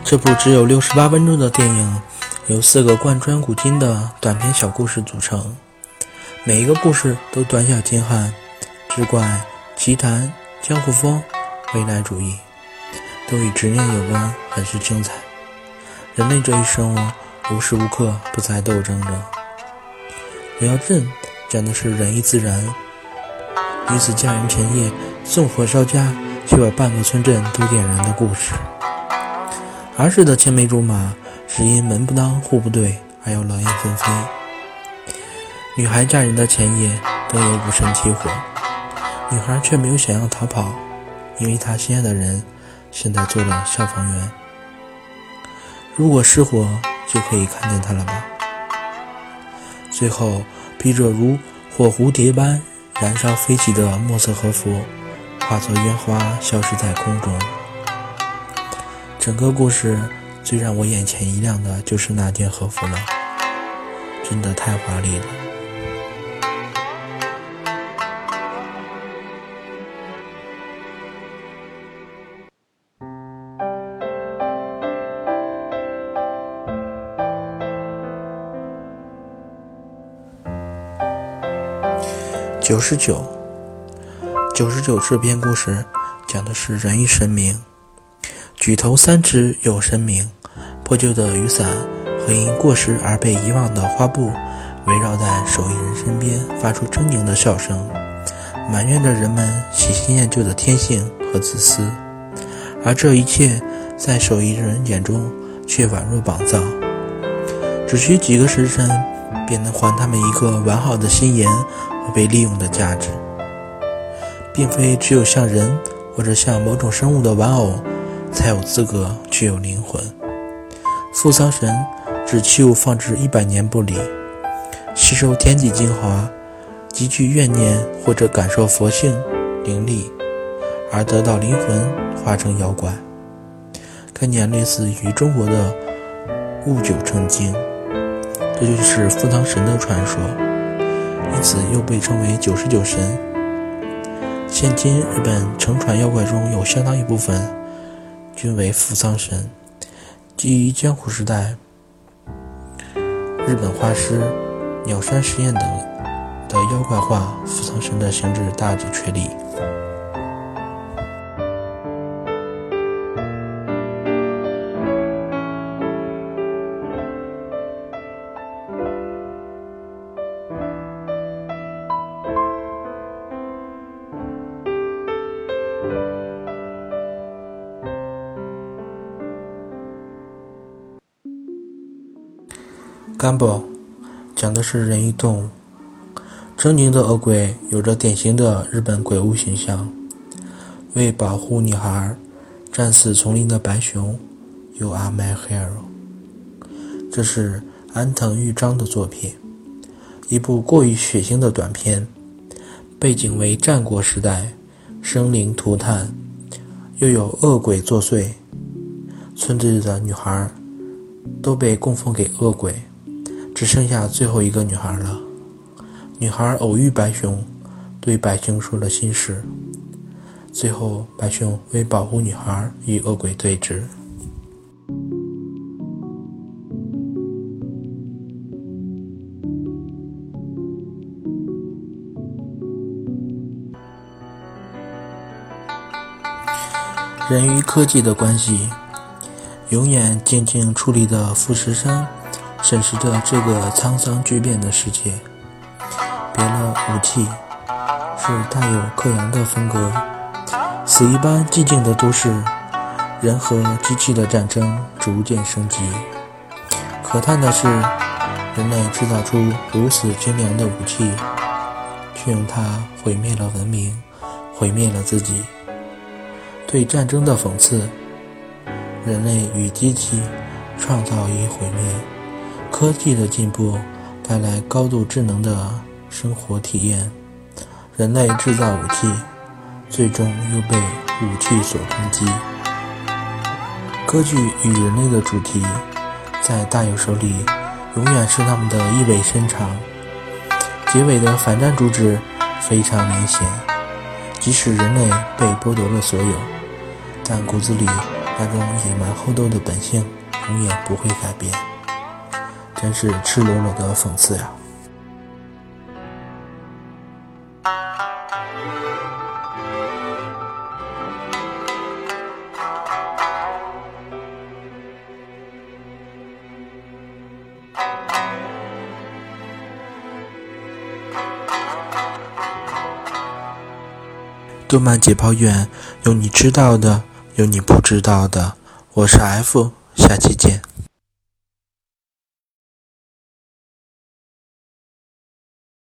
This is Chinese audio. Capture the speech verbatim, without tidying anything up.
这部只有六十八分钟的电影由四个贯穿古今的短篇小故事组成，每一个故事都短小精悍，志怪、奇谈、江湖风、未来主义，都与执念有关，很是精彩。人类这一生无时无刻不在斗争着。我要镇讲的是人与自然，女子嫁人前夜送火烧家，却把半个村镇都点燃的故事。儿时的青梅竹马只因门不当户不对而有冷艳纷飞。女孩嫁人的前夜更有武神起火，女孩却没有想要逃跑，因为她心爱的人现在做了消防员。如果失火就可以看见她了吧。最后笔者如火蝴蝶般燃烧飞起的墨色和服化作烟花消失在空中。整个故事最让我眼前一亮的就是那件和服了，真的太华丽了。九十九，九十九这篇故事讲的是人与神明。举头三尺有神明，破旧的雨伞和因过时而被遗忘的花布围绕在手艺人身边，发出狰狞的笑声，埋怨着人们喜新厌旧的天性和自私。而这一切在手艺人眼中却宛若绑造，只需几个时辰便能还他们一个完好的心眼和被利用的价值。并非只有像人或者像某种生物的玩偶才有资格具有灵魂。扶桑神只器物放置一百年不离，吸收天地精华，极具怨念或者感受佛性灵力，而得到灵魂化成妖怪。概念类似于中国的悟酒成精，这就是扶桑神的传说，因此又被称为九十九神。现今日本乘船妖怪中有相当一部分均为扶桑神。基于江户时代日本画师鸟山实验等的妖怪画，扶桑神的形制大致确立。干宝讲的是人与动物。狰狞的恶鬼有着典型的日本鬼物形象，为保护女孩战死丛林的白熊 You are my hero。 这是安藤玉章的作品，一部过于血腥的短片，背景为战国时代，生灵涂炭，又有恶鬼作祟，村子里的女孩都被供奉给恶鬼，只剩下最后一个女孩了。女孩偶遇白熊，对白熊说了心事，最后白熊为保护女孩与恶鬼对峙。人与科技的关系。永远静静矗立的富士山审视着这个沧桑巨变的世界。别了武器，是带有克洋的风格。死一般寂静的都市，人和机器的战争逐渐升级。可叹的是，人类制造出如此精良的武器，却用它毁灭了文明，毁灭了自己。对战争的讽刺，人类与机器创造与毁灭。科技的进步带来高度智能的生活体验，人类制造武器，最终又被武器所攻击。歌剧与人类的主题在大友手里永远是他们的意味深长。结尾的反战主旨非常明显，即使人类被剥夺了所有，但骨子里那种野蛮好斗的本性永远不会改变，真是赤裸裸的讽刺呀。动漫解剖院，有你知道的，有你不知道的。我是 F， 下期见。